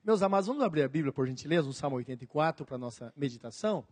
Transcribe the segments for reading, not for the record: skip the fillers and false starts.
Meus amados, vamos abrir a Bíblia, por gentileza, no Salmo 84, para a nossa meditação.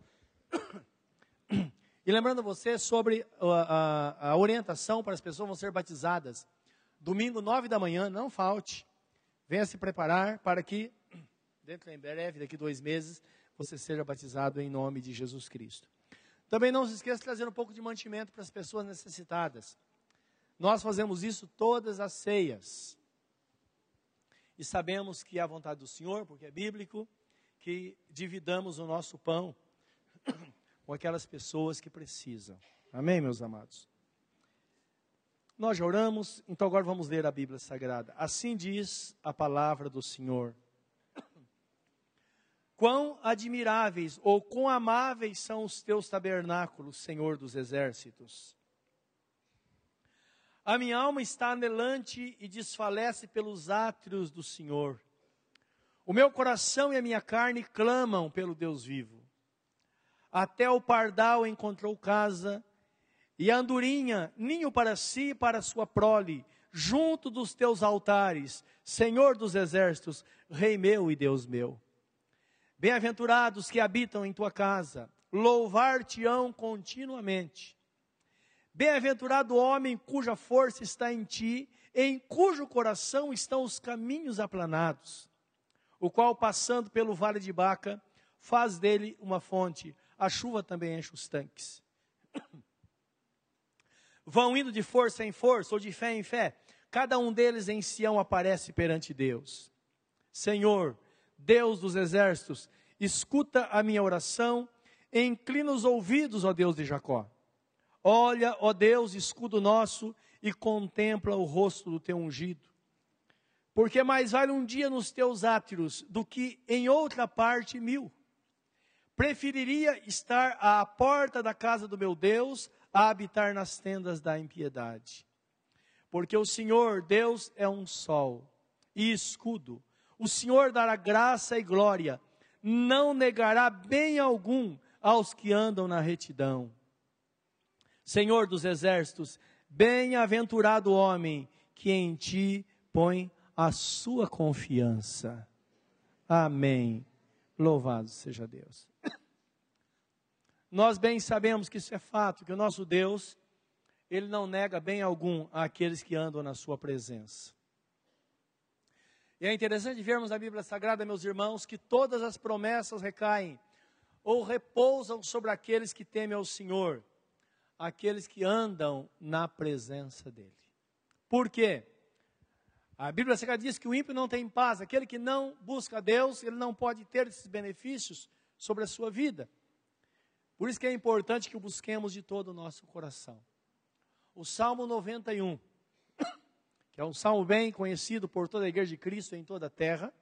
E lembrando você sobre a orientação para as pessoas que vão ser batizadas. Domingo, 9 da manhã, não falte. Venha se preparar para que, dentro em breve, daqui 2 meses, você seja batizado em nome de Jesus Cristo. Também não se esqueça de trazer um pouco de mantimento para as pessoas necessitadas. Nós fazemos isso todas as ceias. E sabemos que é a vontade do Senhor, porque é bíblico, que dividamos o nosso pão com aquelas pessoas que precisam. Amém, meus amados? Nós já oramos, então agora vamos ler a Bíblia Sagrada. Assim diz a palavra do Senhor. Quão admiráveis ou quão amáveis são os teus tabernáculos, Senhor dos exércitos. A minha alma está anelante e desfalece pelos átrios do Senhor. O meu coração e a minha carne clamam pelo Deus vivo. Até o pardal encontrou casa, e a andorinha, ninho para si e para sua prole, junto dos teus altares, Senhor dos exércitos, Rei meu e Deus meu. Bem-aventurados que habitam em tua casa, louvar-te-ão continuamente. Bem-aventurado o homem cuja força está em ti, em cujo coração estão os caminhos aplanados, o qual, passando pelo vale de Baca, faz dele uma fonte, a chuva também enche os tanques. Vão indo de força em força, ou de fé em fé, cada um deles em Sião aparece perante Deus. Senhor, Deus dos exércitos, escuta a minha oração, e inclina os ouvidos, ó Deus de Jacó. Olha, ó Deus, escudo nosso, e contempla o rosto do teu ungido. Porque mais vale um dia nos teus átrios do que em outra parte 1000. Preferiria estar à porta da casa do meu Deus, a habitar nas tendas da impiedade. Porque o Senhor, Deus, é um sol e escudo. O Senhor dará graça e glória, não negará bem algum aos que andam na retidão. Senhor dos exércitos, bem-aventurado o homem que em ti põe a sua confiança. Amém. Louvado seja Deus. Nós bem sabemos que isso é fato, que o nosso Deus, Ele não nega bem algum àqueles que andam na sua presença. E é interessante vermos na Bíblia Sagrada, meus irmãos, que todas as promessas recaem ou repousam sobre aqueles que temem ao Senhor, aqueles que andam na presença dEle. Por quê? A Bíblia Sagrada diz que o ímpio não tem paz, aquele que não busca Deus, ele não pode ter esses benefícios sobre a sua vida. Por isso que é importante que o busquemos de todo o nosso coração. O Salmo 91, que é um salmo bem conhecido por toda a Igreja de Cristo em toda a terra,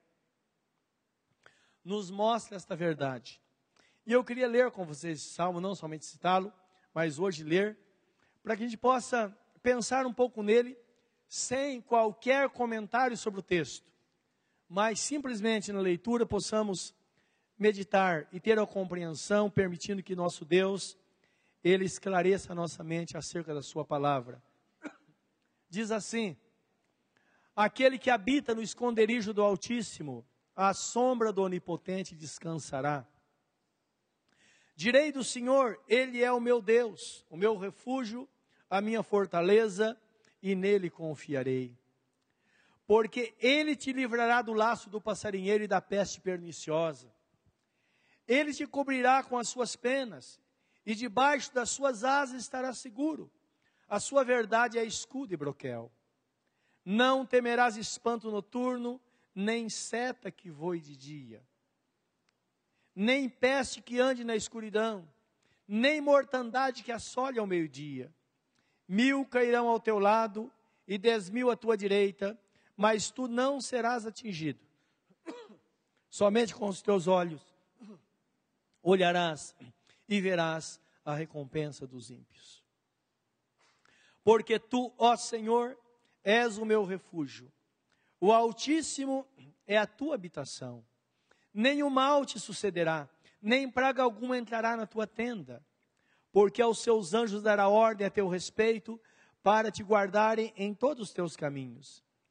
nos mostra esta verdade. E eu queria ler com vocês esse salmo, não somente citá-lo, mas hoje ler, para que a gente possa pensar um pouco nele, sem qualquer comentário sobre o texto, mas simplesmente na leitura possamos meditar e ter a compreensão, permitindo que nosso Deus, Ele esclareça a nossa mente acerca da sua palavra. Diz assim: aquele que habita no esconderijo do Altíssimo, à sombra do Onipotente descansará. Direi do Senhor, Ele é o meu Deus, o meu refúgio, a minha fortaleza, e nele confiarei. Porque Ele te livrará do laço do passarinheiro e da peste perniciosa. Ele te cobrirá com as suas penas, e debaixo das suas asas estará seguro. A sua verdade é escudo e broquel. Não temerás espanto noturno, nem seta que voe de dia, nem peste que ande na escuridão, nem mortandade que assole ao meio-dia. 1000 cairão ao teu lado, e 10.000 à tua direita, mas tu não serás atingido. Somente com os teus olhos olharás e verás a recompensa dos ímpios. Porque tu, ó Senhor, és o meu refúgio. O Altíssimo é a tua habitação. Nenhum mal te sucederá, nem praga alguma entrará na tua tenda. Porque aos seus anjos dará ordem a teu respeito, para te guardarem em todos os teus caminhos.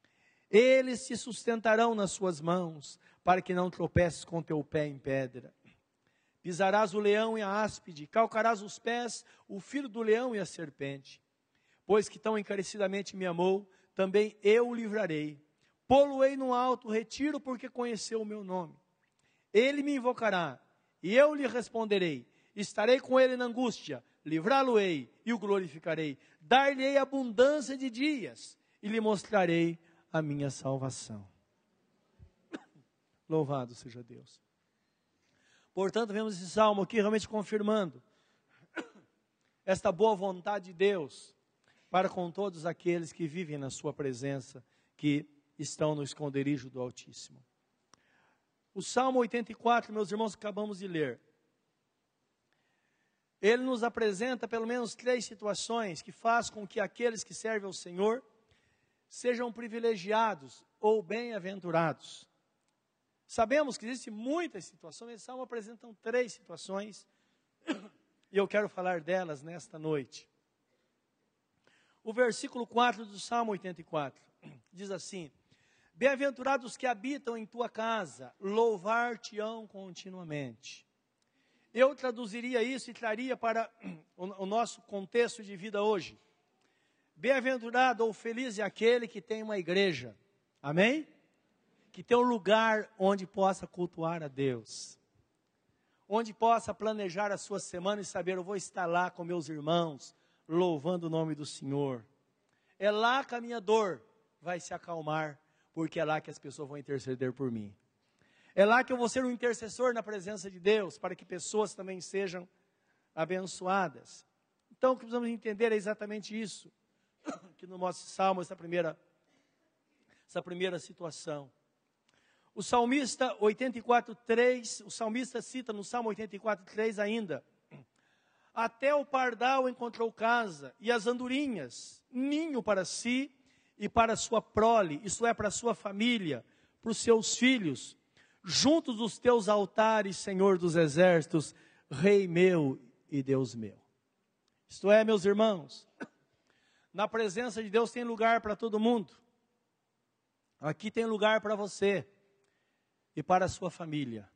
Eles te sustentarão nas suas mãos, para que não tropeces com teu pé em pedra. Pisarás o leão e a áspide, calcarás os pés, o filho do leão e a serpente. Pois que tão encarecidamente me amou, também eu o livrarei. Pô-lo-ei no alto retiro, porque conheceu o meu nome. Ele me invocará, e eu lhe responderei. Estarei com ele na angústia, livrá-lo-ei e o glorificarei. Dar-lhe-ei abundância de dias, e lhe mostrarei a minha salvação. Louvado seja Deus. Portanto, vemos esse salmo aqui realmente confirmando esta boa vontade de Deus para com todos aqueles que vivem na sua presença, que estão no esconderijo do Altíssimo. O Salmo 84, meus irmãos, que acabamos de ler, ele nos apresenta pelo menos 3 situações que faz com que aqueles que servem ao Senhor sejam privilegiados ou bem-aventurados. Sabemos que existem muitas situações, esse Salmo apresenta 3 situações, e eu quero falar delas nesta noite. O versículo 4 do Salmo 84 diz assim: bem-aventurados que habitam em tua casa, louvar-te-ão continuamente. Eu traduziria isso e traria para o nosso contexto de vida hoje. Bem-aventurado ou feliz é aquele que tem uma igreja, amém? Que tem um lugar onde possa cultuar a Deus, onde possa planejar a sua semana e saber, eu vou estar lá com meus irmãos, louvando o nome do Senhor. É lá que a minha dor vai se acalmar, porque é lá que as pessoas vão interceder por mim. É lá que eu vou ser um intercessor na presença de Deus, para que pessoas também sejam abençoadas. Então, o que precisamos entender é exatamente isso, que no nosso salmo, essa primeira situação. O salmista 84:3, o salmista cita no Salmo 84:3 ainda: até o pardal encontrou casa, e as andorinhas, ninho para si e para sua prole, isto é, para sua família, para os seus filhos, juntos dos teus altares, Senhor dos exércitos, Rei meu e Deus meu. Isto é, meus irmãos, na presença de Deus tem lugar para todo mundo. Aqui tem lugar para você e para a sua família,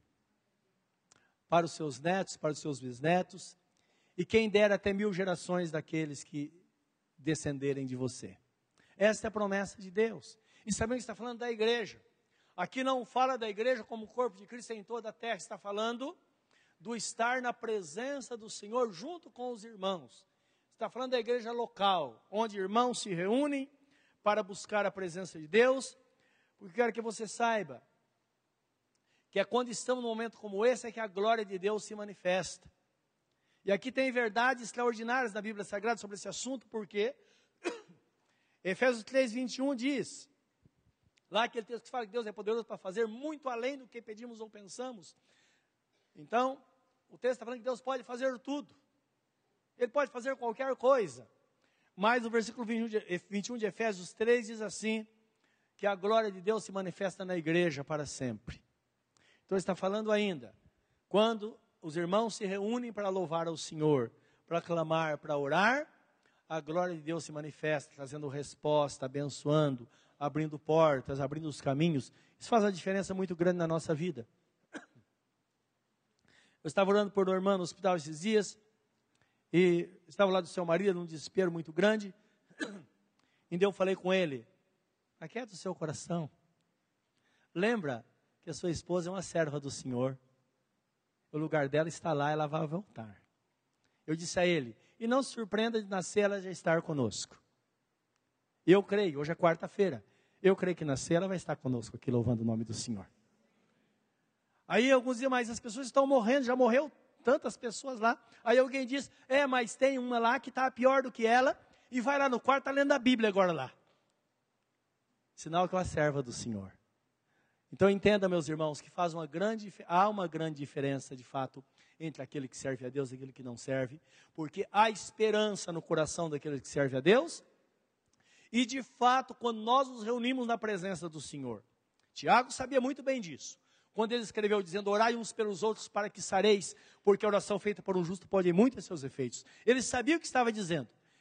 para os seus netos, para os seus bisnetos, e quem dera até 1000 gerações daqueles que descenderem de você. Esta é a promessa de Deus. E sabemos que está falando da igreja. Aqui não fala da igreja como o corpo de Cristo em toda a terra, está falando do estar na presença do Senhor junto com os irmãos. Está falando da igreja local, onde irmãos se reúnem para buscar a presença de Deus, porque quero que você saiba que é quando estamos num momento como esse é que a glória de Deus se manifesta. E aqui tem verdades extraordinárias na Bíblia Sagrada sobre esse assunto, porque Efésios 3:21 diz, lá aquele texto que fala que Deus é poderoso para fazer muito além do que pedimos ou pensamos. Então, o texto está falando que Deus pode fazer tudo. Ele pode fazer qualquer coisa. Mas o versículo 21 de Efésios 3 diz assim, que a glória de Deus se manifesta na igreja para sempre. Então ele está falando ainda, quando os irmãos se reúnem para louvar ao Senhor, para clamar, para orar, a glória de Deus se manifesta, trazendo resposta, abençoando, abrindo portas, abrindo os caminhos. Isso faz uma diferença muito grande na nossa vida. Eu estava orando por uma irmã no hospital esses dias, e estava lá do seu marido, num desespero muito grande, e eu falei com ele, aquieta o seu coração, lembra que a sua esposa é uma serva do Senhor, o lugar dela está lá, ela vai voltar. Eu disse a ele, e não se surpreenda de nascer ela já estar conosco. Eu creio, hoje é quarta-feira, eu creio que nascer ela vai estar conosco aqui, louvando o nome do Senhor. Aí alguns diziam, mas as pessoas estão morrendo, já morreu tantas pessoas lá. Aí alguém diz, mas tem uma lá que está pior do que ela, e vai lá no quarto, está lendo a Bíblia agora lá. Sinal que é uma serva do Senhor. Então entenda, meus irmãos, que há uma grande diferença, de fato, entre aquele que serve a Deus e aquele que não serve, porque há esperança no coração daquele que serve a Deus, e de fato, quando nós nos reunimos na presença do Senhor, Tiago sabia muito bem disso, quando ele escreveu dizendo, orai uns pelos outros para que sareis, porque a oração feita por um justo pode ir muito a seus efeitos. Ele sabia o que estava dizendo,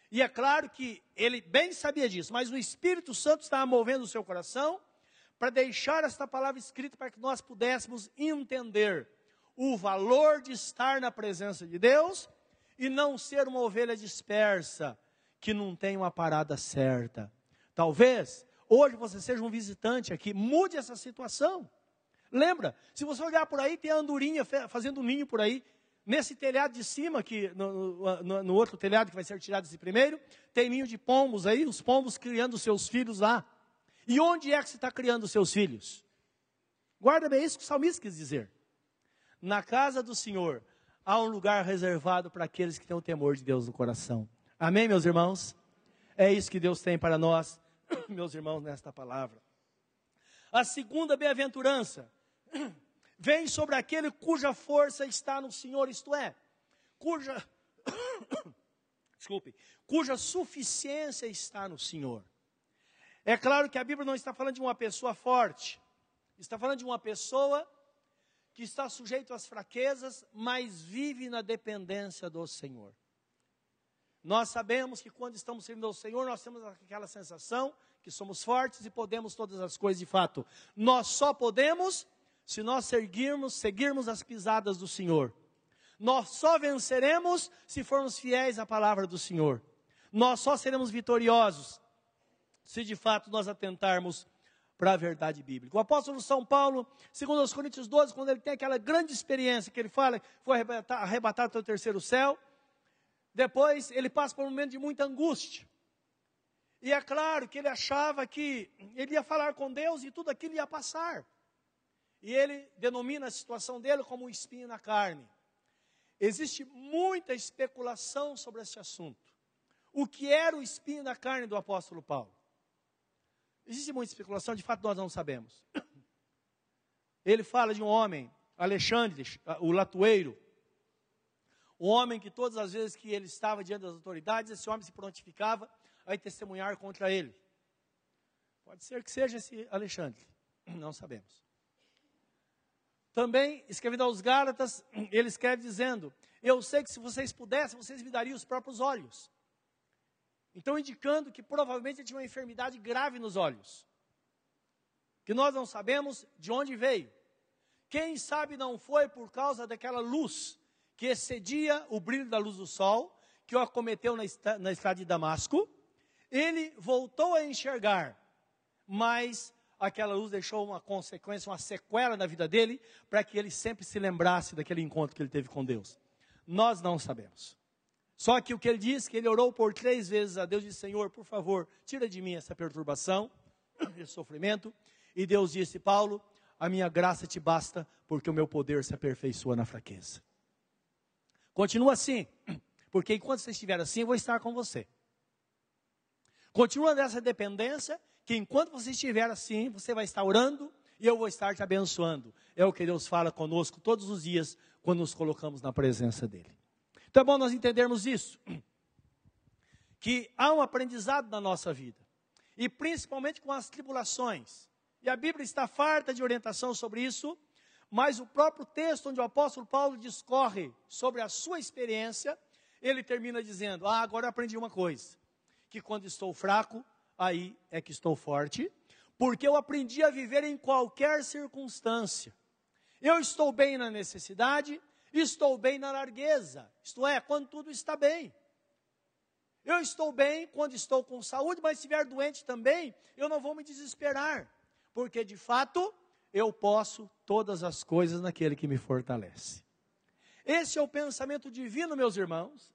E é claro que ele bem sabia disso, mas o Espírito Santo estava movendo o seu coração para deixar esta palavra escrita para que nós pudéssemos entender o valor de estar na presença de Deus e não ser uma ovelha dispersa, que não tem uma parada certa. Talvez hoje você seja um visitante aqui, mude essa situação. Lembra, se você olhar por aí, tem a andorinha fazendo um ninho por aí. Nesse telhado de cima, aqui, no outro telhado que vai ser tirado esse primeiro, tem ninho de pombos aí, os pombos criando seus filhos lá. E onde é que você está criando os seus filhos? Guarda bem, é isso que o salmista quis dizer. Na casa do Senhor, há um lugar reservado para aqueles que têm o temor de Deus no coração. Amém, meus irmãos? É isso que Deus tem para nós, meus irmãos, nesta palavra. A segunda bem-aventurança vem sobre aquele cuja força está no Senhor, isto é, cuja suficiência está no Senhor. É claro que a Bíblia não está falando de uma pessoa forte, está falando de uma pessoa que está sujeita às fraquezas, mas vive na dependência do Senhor. Nós sabemos que quando estamos servindo ao Senhor, nós temos aquela sensação que somos fortes e podemos todas as coisas de fato. Nós só podemos se nós seguirmos as pisadas do Senhor. Nós só venceremos se formos fiéis à palavra do Senhor. Nós só seremos vitoriosos se de fato nós atentarmos para a verdade bíblica. O apóstolo São Paulo, segundo aos Coríntios 12, quando ele tem aquela grande experiência que ele fala, que foi arrebatado ao terceiro céu, depois ele passa por um momento de muita angústia. E é claro que ele achava que ele ia falar com Deus e tudo aquilo ia passar. E ele denomina a situação dele como um espinho na carne. Existe muita especulação sobre esse assunto. O que era o espinho na carne do apóstolo Paulo? Existe muita especulação, de fato nós não sabemos. Ele fala de um homem, Alexandre, o latoeiro, um homem que todas as vezes que ele estava diante das autoridades, esse homem se prontificava a testemunhar contra ele. Pode ser que seja esse Alexandre, não sabemos. Também, escrevendo aos Gálatas, ele escreve dizendo: eu sei que se vocês pudessem, vocês me dariam os próprios olhos. Então, indicando que provavelmente ele tinha uma enfermidade grave nos olhos, que nós não sabemos de onde veio. Quem sabe não foi por causa daquela luz que excedia o brilho da luz do sol, que o acometeu na estrada de Damasco. Ele voltou a enxergar, mas aquela luz deixou uma consequência, uma sequela na vida dele, para que ele sempre se lembrasse daquele encontro que ele teve com Deus. Nós não sabemos. Só que o que ele diz, que ele orou por 3 vezes a Deus, e disse: Senhor, por favor, tira de mim essa perturbação, esse sofrimento. E Deus disse: Paulo, a minha graça te basta, porque o meu poder se aperfeiçoa na fraqueza. Continua assim, porque enquanto você estiver assim, eu vou estar com você. Continua nessa dependência, que enquanto você estiver assim, você vai estar orando e eu vou estar te abençoando. É o que Deus fala conosco todos os dias, quando nos colocamos na presença dEle. Então é bom nós entendermos isso, que há um aprendizado na nossa vida, e principalmente com as tribulações. E a Bíblia está farta de orientação sobre isso, mas o próprio texto onde o apóstolo Paulo discorre sobre a sua experiência, ele termina dizendo: agora eu aprendi uma coisa, que quando estou fraco, aí é que estou forte, porque eu aprendi a viver em qualquer circunstância. Eu estou bem na necessidade, estou bem na largueza, isto é, quando tudo está bem. Eu estou bem quando estou com saúde, mas se estiver doente também, eu não vou me desesperar, porque de fato eu posso todas as coisas naquele que me fortalece. Esse é o pensamento divino, meus irmãos,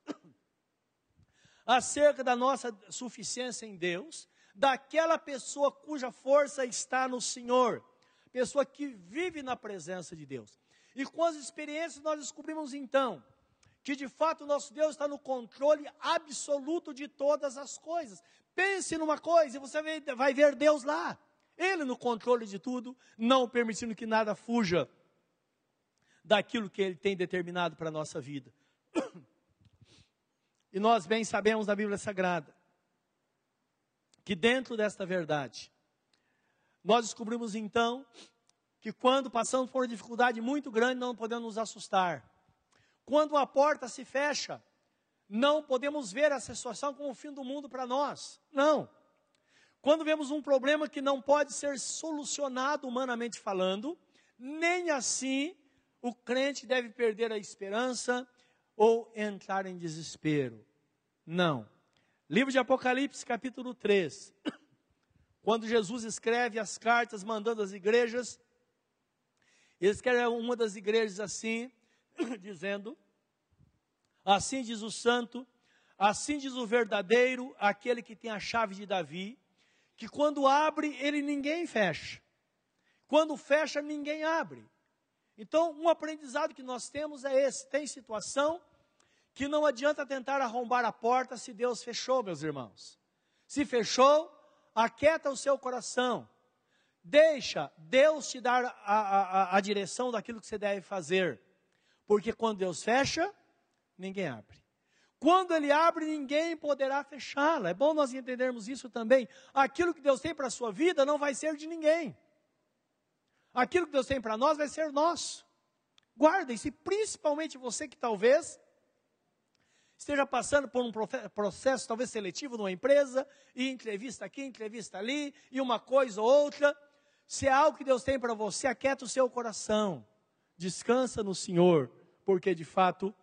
acerca da nossa suficiência em Deus, daquela pessoa cuja força está no Senhor, pessoa que vive na presença de Deus. E com as experiências nós descobrimos então, que de fato o nosso Deus está no controle absoluto de todas as coisas. Pense numa coisa e você vai ver Deus lá. Ele no controle de tudo, não permitindo que nada fuja daquilo que Ele tem determinado para a nossa vida. E nós bem sabemos da Bíblia Sagrada, que dentro desta verdade, nós descobrimos então, que quando passamos por uma dificuldade muito grande, não podemos nos assustar. Quando a porta se fecha, não podemos ver essa situação como o fim do mundo para nós. Não. Quando vemos um problema que não pode ser solucionado humanamente falando, nem assim o crente deve perder a esperança ou entrar em desespero. Não. Livro de Apocalipse, capítulo 3. Quando Jesus escreve as cartas mandando às igrejas, ele escreve uma das igrejas assim, dizendo: assim diz o santo, assim diz o verdadeiro, aquele que tem a chave de Davi, que quando abre, ele ninguém fecha. Quando fecha, ninguém abre. Então, um aprendizado que nós temos é esse. Tem situação que não adianta tentar arrombar a porta se Deus fechou, meus irmãos. Se fechou, aquieta o seu coração. Deixa Deus te dar a direção daquilo que você deve fazer. Porque quando Deus fecha, ninguém abre. Quando Ele abre, ninguém poderá fechá-la. É bom nós entendermos isso também. Aquilo que Deus tem para a sua vida não vai ser de ninguém. Aquilo que Deus tem para nós vai ser nosso. Guardem-se, principalmente você que talvez esteja passando por um processo talvez seletivo numa empresa, e entrevista aqui, entrevista ali, e uma coisa ou outra. Se é algo que Deus tem para você, aquieta o seu coração. Descansa no Senhor, porque de fato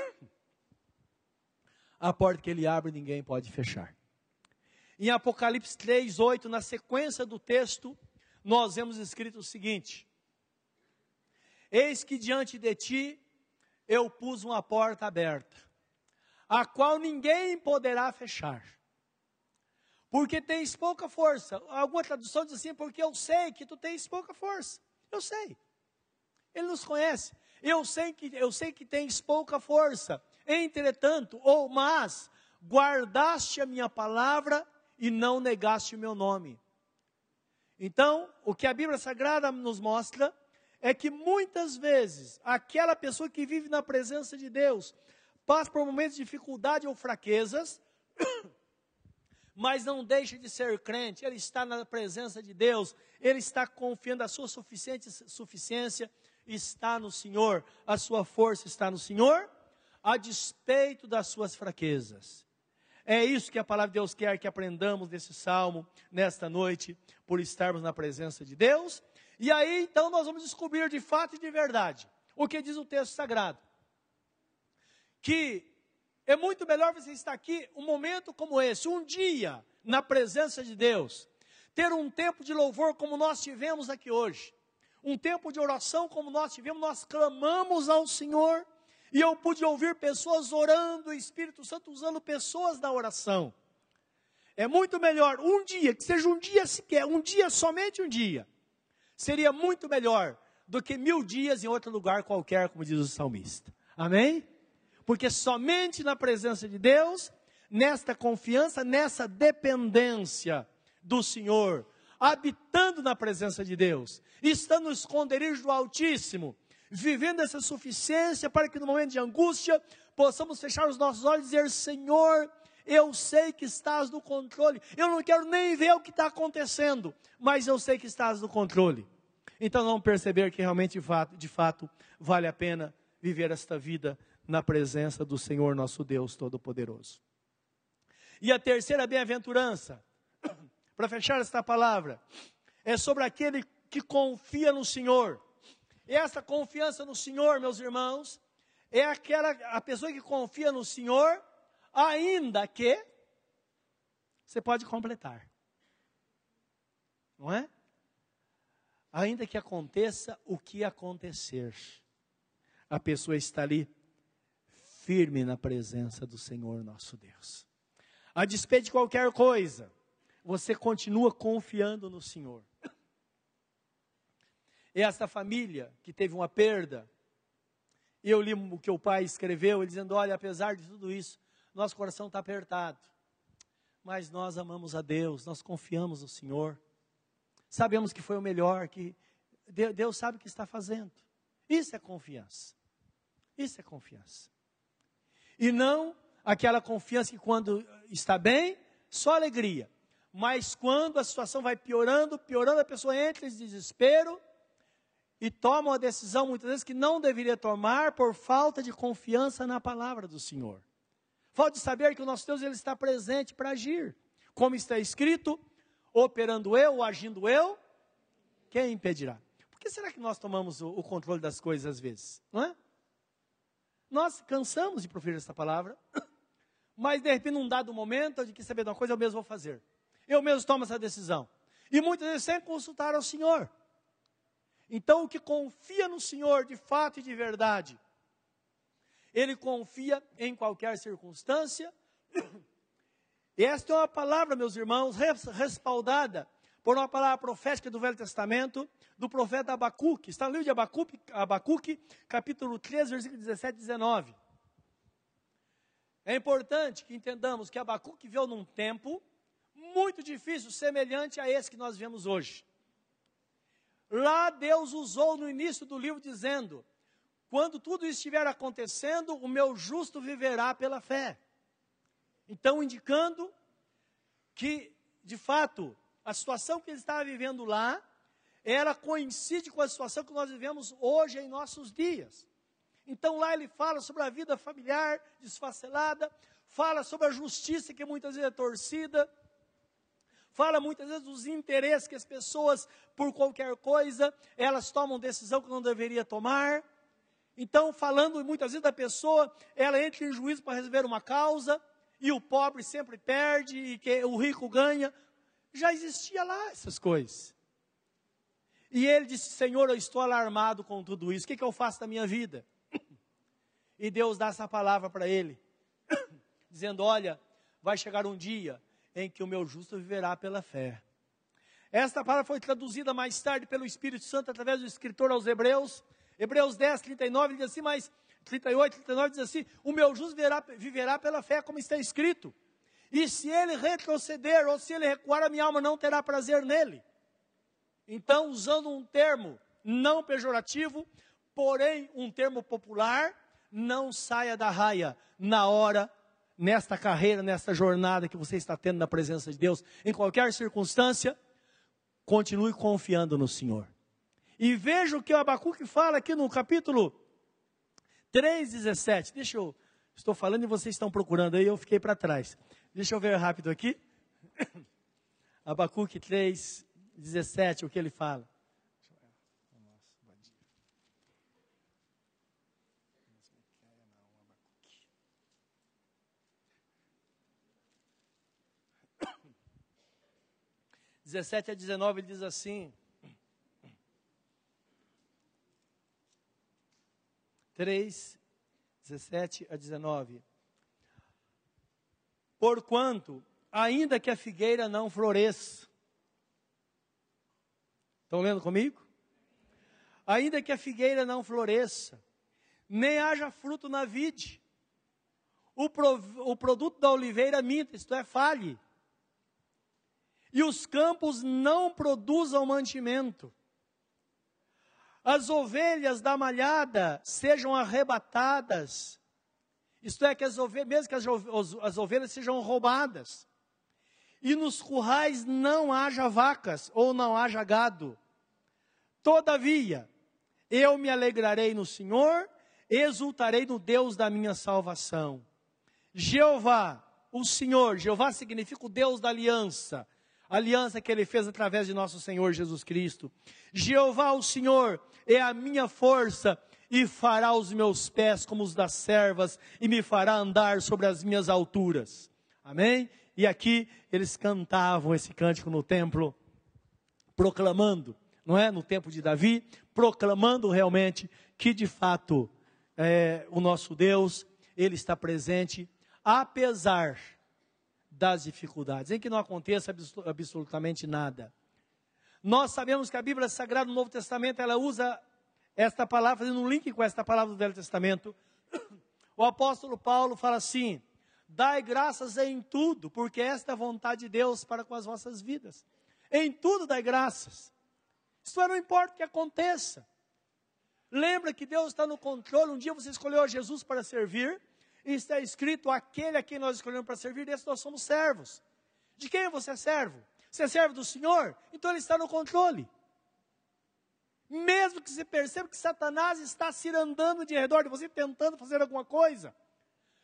a porta que Ele abre ninguém pode fechar. Em Apocalipse 3:8, na sequência do texto, nós vemos escrito o seguinte: eis que diante de ti eu pus uma porta aberta, a qual ninguém poderá fechar, porque tens pouca força. Alguma tradução diz assim: porque eu sei que tu tens pouca força. Eu sei. Ele nos conhece. Eu sei que tens pouca força. Entretanto, mas guardaste a minha palavra e não negaste o meu nome. Então, o que a Bíblia Sagrada nos mostra é que muitas vezes aquela pessoa que vive na presença de Deus passa por momentos de dificuldade ou fraquezas, mas não deixa de ser crente. Ele está na presença de Deus, ele está confiando, a sua suficiência está no Senhor, a sua força está no Senhor, a despeito das suas fraquezas. É isso que a palavra de Deus quer que aprendamos nesse salmo, nesta noite, por estarmos na presença de Deus. E aí, então, nós vamos descobrir de fato e de verdade o que diz o texto sagrado. Que é muito melhor você estar aqui um momento como esse, um dia na presença de Deus, ter um tempo de louvor como nós tivemos aqui hoje, um tempo de oração como nós tivemos, nós clamamos ao Senhor, e eu pude ouvir pessoas orando, o Espírito Santo usando pessoas da oração. É muito melhor um dia, que seja um dia sequer, um dia, somente um dia, seria muito melhor do que 1000 dias em outro lugar qualquer, como diz o salmista. Amém? Porque somente na presença de Deus, nesta confiança, nessa dependência do Senhor, habitando na presença de Deus, estando no esconderijo do Altíssimo, vivendo essa suficiência para que no momento de angústia, possamos fechar os nossos olhos e dizer: Senhor, eu sei que estás no controle, eu não quero nem ver o que está acontecendo, mas eu sei que estás no controle. Então vamos perceber que realmente de fato vale a pena viver esta vida na presença do Senhor nosso Deus Todo-Poderoso. E a terceira bem-aventurança, para fechar esta palavra, é sobre aquele que confia no Senhor. Essa confiança no Senhor, meus irmãos, é a pessoa que confia no Senhor, ainda que você pode completar, não é? Ainda que aconteça o que acontecer, a pessoa está ali firme na presença do Senhor nosso Deus. A despeito de qualquer coisa, você continua confiando no Senhor. E esta família que teve uma perda, e eu li o que o pai escreveu, ele dizendo: olha, apesar de tudo isso, nosso coração está apertado, mas nós amamos a Deus, nós confiamos no Senhor, sabemos que foi o melhor, que Deus sabe o que está fazendo. Isso é confiança. Isso é confiança. E não aquela confiança que quando está bem, só alegria. Mas quando a situação vai piorando, a pessoa entra em desespero e toma uma decisão muitas vezes que não deveria tomar por falta de confiança na palavra do Senhor. Falta de saber que o nosso Deus, ele está presente para agir. Como está escrito, operando eu, ou agindo eu, quem impedirá? Por que será que nós tomamos o controle das coisas às vezes? Não é? Nós cansamos de proferir essa palavra, mas de repente, num dado momento, eu quis saber de uma coisa, eu mesmo vou fazer. Eu mesmo tomo essa decisão. E muitas vezes sem consultar ao Senhor. Então, o que confia no Senhor de fato e de verdade, ele confia em qualquer circunstância. Esta é uma palavra, meus irmãos, respaldada por uma palavra profética do Velho Testamento, do profeta Abacuque. Está no livro de Abacuque, capítulo 3, versículo 17 e 19. É importante que entendamos que Abacuque viveu num tempo muito difícil, semelhante a esse que nós vemos hoje. Lá Deus usou no início do livro dizendo: quando tudo estiver acontecendo, o meu justo viverá pela fé. Então, indicando que, de fato, a situação que ele estava vivendo lá, ela coincide com a situação que nós vivemos hoje em nossos dias. Então, lá ele fala sobre a vida familiar desfacelada, fala sobre a justiça que muitas vezes é torcida, fala muitas vezes dos interesses que as pessoas, por qualquer coisa, elas tomam decisão que não deveria tomar. Então, falando muitas vezes da pessoa, ela entra em juízo para resolver uma causa, e o pobre sempre perde, e que o rico ganha. Já existia lá essas coisas. E ele disse: Senhor, eu estou alarmado com tudo isso, o que eu faço da minha vida? E Deus dá essa palavra para ele, dizendo: olha, vai chegar um dia em que o meu justo viverá pela fé. Esta palavra foi traduzida mais tarde pelo Espírito Santo, através do escritor aos Hebreus. Hebreus 10, 39, diz assim, mas 38, 39 diz assim: o meu justo viverá pela fé, como está escrito. E se ele retroceder, ou se ele recuar, a minha alma não terá prazer nele. Então, usando um termo não pejorativo, porém um termo popular, não saia da raia na hora, nesta carreira, nesta jornada que você está tendo na presença de Deus. Em qualquer circunstância, continue confiando no Senhor. E veja o que o Abacuque fala aqui no capítulo 3:17. Estou falando e vocês estão procurando aí, eu fiquei para trás. Deixa eu ver rápido aqui. Abacuque 3:17, o que ele fala? 17 a 19, ele diz assim: 3:17 a 19. Porquanto, ainda que a figueira não floresça. Estão lendo comigo? Ainda que a figueira não floresça, nem haja fruto na vide, o produto da oliveira minta, isto é, falhe, e os campos não produzam mantimento, as ovelhas da malhada sejam arrebatadas, isto é, que mesmo que as ovelhas sejam roubadas, e nos currais não haja vacas, ou não haja gado. Todavia, eu me alegrarei no Senhor, exultarei no Deus da minha salvação. Jeová, o Senhor, Jeová significa o Deus da aliança, a aliança que Ele fez através de nosso Senhor Jesus Cristo. Jeová, o Senhor, é a minha força, e fará os meus pés como os das servas, e me fará andar sobre as minhas alturas. Amém? E aqui eles cantavam esse cântico no templo, proclamando, não é? No tempo de Davi, proclamando realmente que de fato o nosso Deus, Ele está presente, apesar das dificuldades, em que não aconteça absolutamente nada. Nós sabemos que a Bíblia Sagrada no Novo Testamento, ela usa esta palavra, fazendo um link com esta palavra do Velho Testamento. O apóstolo Paulo fala assim: dai graças em tudo, porque esta é a vontade de Deus para com as vossas vidas. Em tudo dai graças. Isso não importa o que aconteça. Lembra que Deus está no controle. Um dia você escolheu a Jesus para servir, e está escrito: aquele a quem nós escolhemos para servir, desse nós somos servos. De quem você é servo? Você é servo do Senhor? Então Ele está no controle. Mesmo que você perceba que Satanás está cirandando de redor de você, tentando fazer alguma coisa,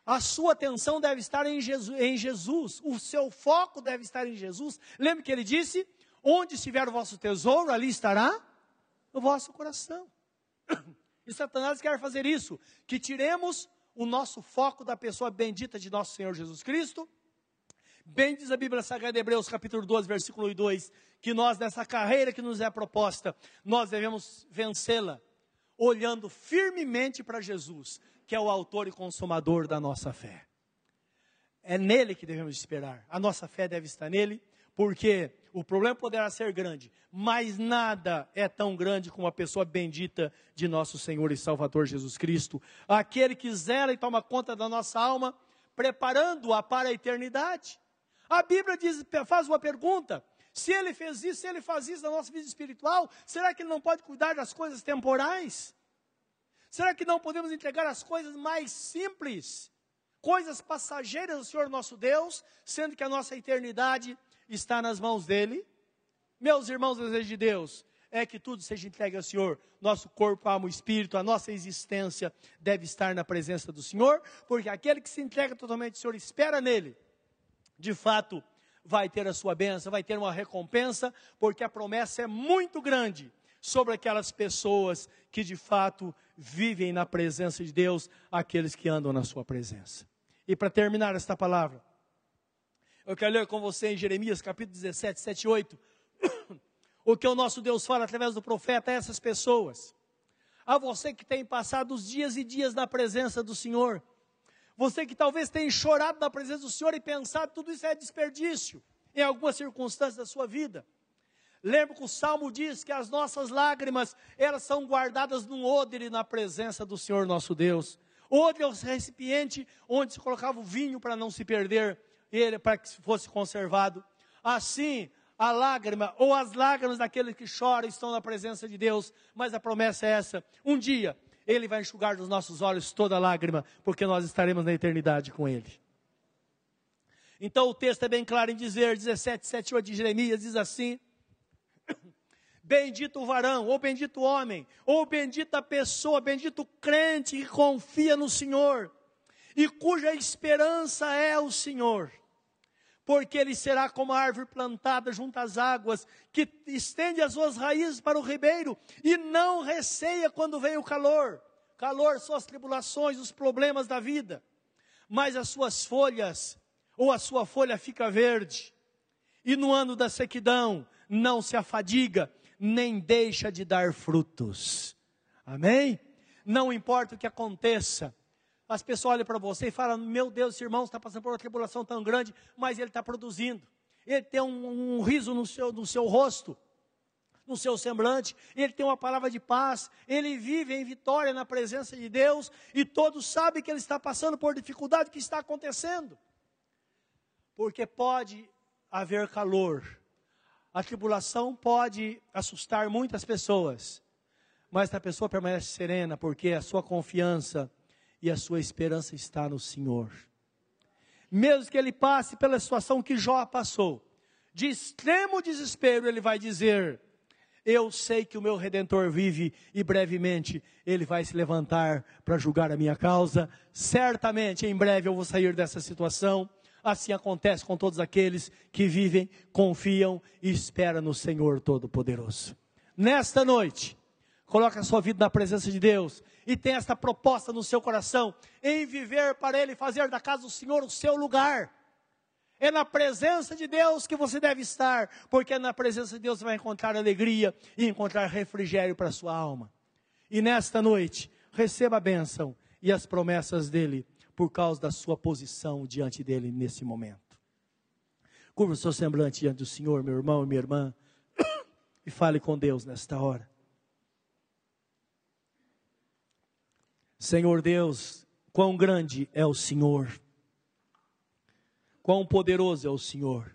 A sua atenção deve estar em Jesus, o seu foco deve estar em Jesus. Lembre que ele disse, onde estiver o vosso tesouro, ali estará o vosso coração. E Satanás quer fazer isso, que tiremos o nosso foco da pessoa bendita de nosso Senhor Jesus Cristo. Bem diz a Bíblia Sagrada de Hebreus, capítulo 12, versículo 1 e 2, que nós, nessa carreira que nos é proposta, nós devemos vencê-la, olhando firmemente para Jesus, que é o autor e consumador da nossa fé. É nele que devemos esperar, a nossa fé deve estar nele, porque o problema poderá ser grande, mas nada é tão grande como a pessoa bendita de nosso Senhor e Salvador Jesus Cristo, aquele que zela e toma conta da nossa alma, preparando-a para a eternidade. A Bíblia faz uma pergunta, se ele fez isso, se ele faz isso na nossa vida espiritual, será que ele não pode cuidar das coisas temporais? Será que não podemos entregar as coisas mais simples, coisas passageiras do Senhor nosso Deus, sendo que a nossa eternidade está nas mãos dele? Meus irmãos, o desejo de Deus é que tudo seja entregue ao Senhor. Nosso corpo, alma, espírito, a nossa existência deve estar na presença do Senhor, porque aquele que se entrega totalmente ao Senhor, espera nele, de fato vai ter a sua bênção, vai ter uma recompensa, porque a promessa é muito grande sobre aquelas pessoas que de fato vivem na presença de Deus, aqueles que andam na sua presença. E para terminar esta palavra, eu quero ler com você em Jeremias capítulo 17, 7 e 8, o que o nosso Deus fala através do profeta a essas pessoas. A você que tem passado os dias e dias na presença do Senhor, você que talvez tenha chorado na presença do Senhor e pensado tudo isso é desperdício em algumas circunstâncias da sua vida. Lembra que o Salmo diz que as nossas lágrimas, elas são guardadas num odre na presença do Senhor nosso Deus. Odre é o recipiente onde se colocava o vinho para não se perder, ele para que fosse conservado. Assim, a lágrima ou as lágrimas daquele que chora estão na presença de Deus, mas a promessa é essa: um dia Ele vai enxugar dos nossos olhos toda lágrima, porque nós estaremos na eternidade com Ele. Então o texto é bem claro em dizer, 17, 7 e 8 de Jeremias, diz assim: bendito o varão, ou bendito o homem, ou bendita a pessoa, bendito o crente que confia no Senhor, e cuja esperança é o Senhor. Porque ele será como a árvore plantada junto às águas, que estende as suas raízes para o ribeiro, e não receia quando vem o calor. Calor são as tribulações, os problemas da vida. Mas as suas folhas, ou a sua folha fica verde. E no ano da sequidão, não se afadiga, nem deixa de dar frutos. Amém? Não importa o que aconteça. As pessoas olham para você e falam: meu Deus, esse irmão está passando por uma tribulação tão grande, mas ele está produzindo. Ele tem um riso no seu rosto, no seu semblante. Ele tem uma palavra de paz. Ele vive em vitória na presença de Deus. E todos sabem que ele está passando por dificuldade, que está acontecendo. Porque pode haver calor. A tribulação pode assustar muitas pessoas. Mas a pessoa permanece serena, porque a sua confiança e a sua esperança está no Senhor. Mesmo que ele passe pela situação que Jó passou, de extremo desespero, ele vai dizer: eu sei que o meu Redentor vive e brevemente ele vai se levantar para julgar a minha causa. Certamente em breve eu vou sair dessa situação. Assim acontece com todos aqueles que vivem, confiam e esperam no Senhor Todo-Poderoso. Nesta noite, coloque a sua vida na presença de Deus e tenha esta proposta no seu coração, em viver para Ele, fazer da casa do Senhor o seu lugar. É na presença de Deus que você deve estar, porque na presença de Deus você vai encontrar alegria e encontrar refrigério para a sua alma. E nesta noite, receba a bênção e as promessas dEle, por causa da sua posição diante dEle nesse momento. Curva o seu semblante diante do Senhor, meu irmão e minha irmã, e fale com Deus nesta hora. Senhor Deus, quão grande é o Senhor, quão poderoso é o Senhor,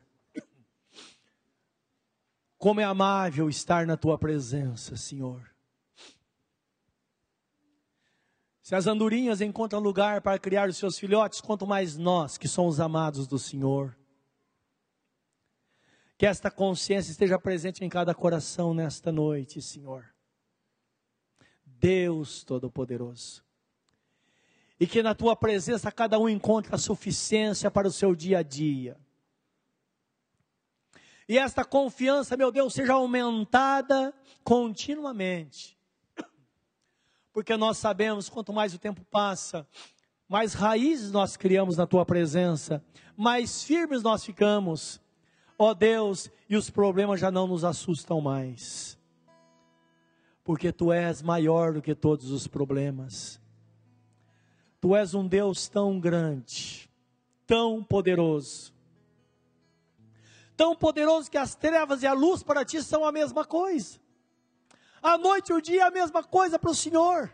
como é amável estar na Tua presença, Senhor. Se as andorinhas encontram lugar para criar os seus filhotes, quanto mais nós que somos amados do Senhor. Que esta consciência esteja presente em cada coração nesta noite, Senhor. Deus Todo-Poderoso. E que na tua presença cada um encontre a suficiência para o seu dia a dia. E esta confiança, meu Deus, seja aumentada continuamente. Porque nós sabemos, quanto mais o tempo passa, mais raízes nós criamos na tua presença, mais firmes nós ficamos, ó Deus, e os problemas já não nos assustam mais. Porque tu és maior do que todos os problemas. Tu és um Deus tão grande, tão poderoso que as trevas e a luz para ti são a mesma coisa. A noite e o dia é a mesma coisa para o Senhor.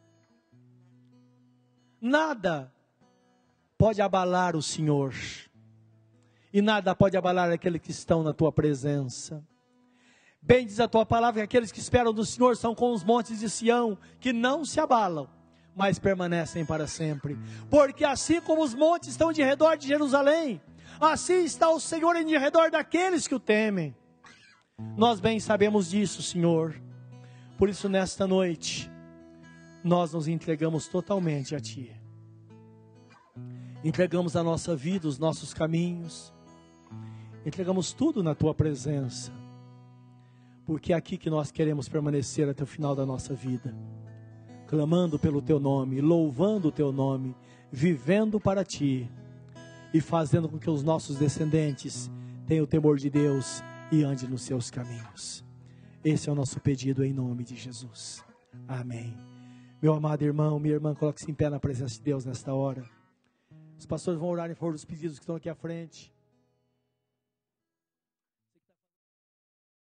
Nada pode abalar o Senhor, e nada pode abalar aqueles que estão na tua presença. Bem diz a tua palavra que aqueles que esperam do Senhor são como os montes de Sião, que não se abalam, mas permanecem para sempre. Porque assim como os montes estão de redor de Jerusalém, assim está o Senhor em redor daqueles que o temem. Nós bem sabemos disso, Senhor. Por isso nesta noite, nós nos entregamos totalmente a Ti. Entregamos a nossa vida, os nossos caminhos. Entregamos tudo na Tua presença. Porque é aqui que nós queremos permanecer até o final da nossa vida. Clamando pelo Teu nome, louvando o Teu nome, vivendo para Ti. E fazendo com que os nossos descendentes tenham o temor de Deus e andem nos seus caminhos. Esse é o nosso pedido em nome de Jesus. Amém. Meu amado irmão, minha irmã, coloque-se em pé na presença de Deus nesta hora. Os pastores vão orar em favor dos pedidos que estão aqui à frente.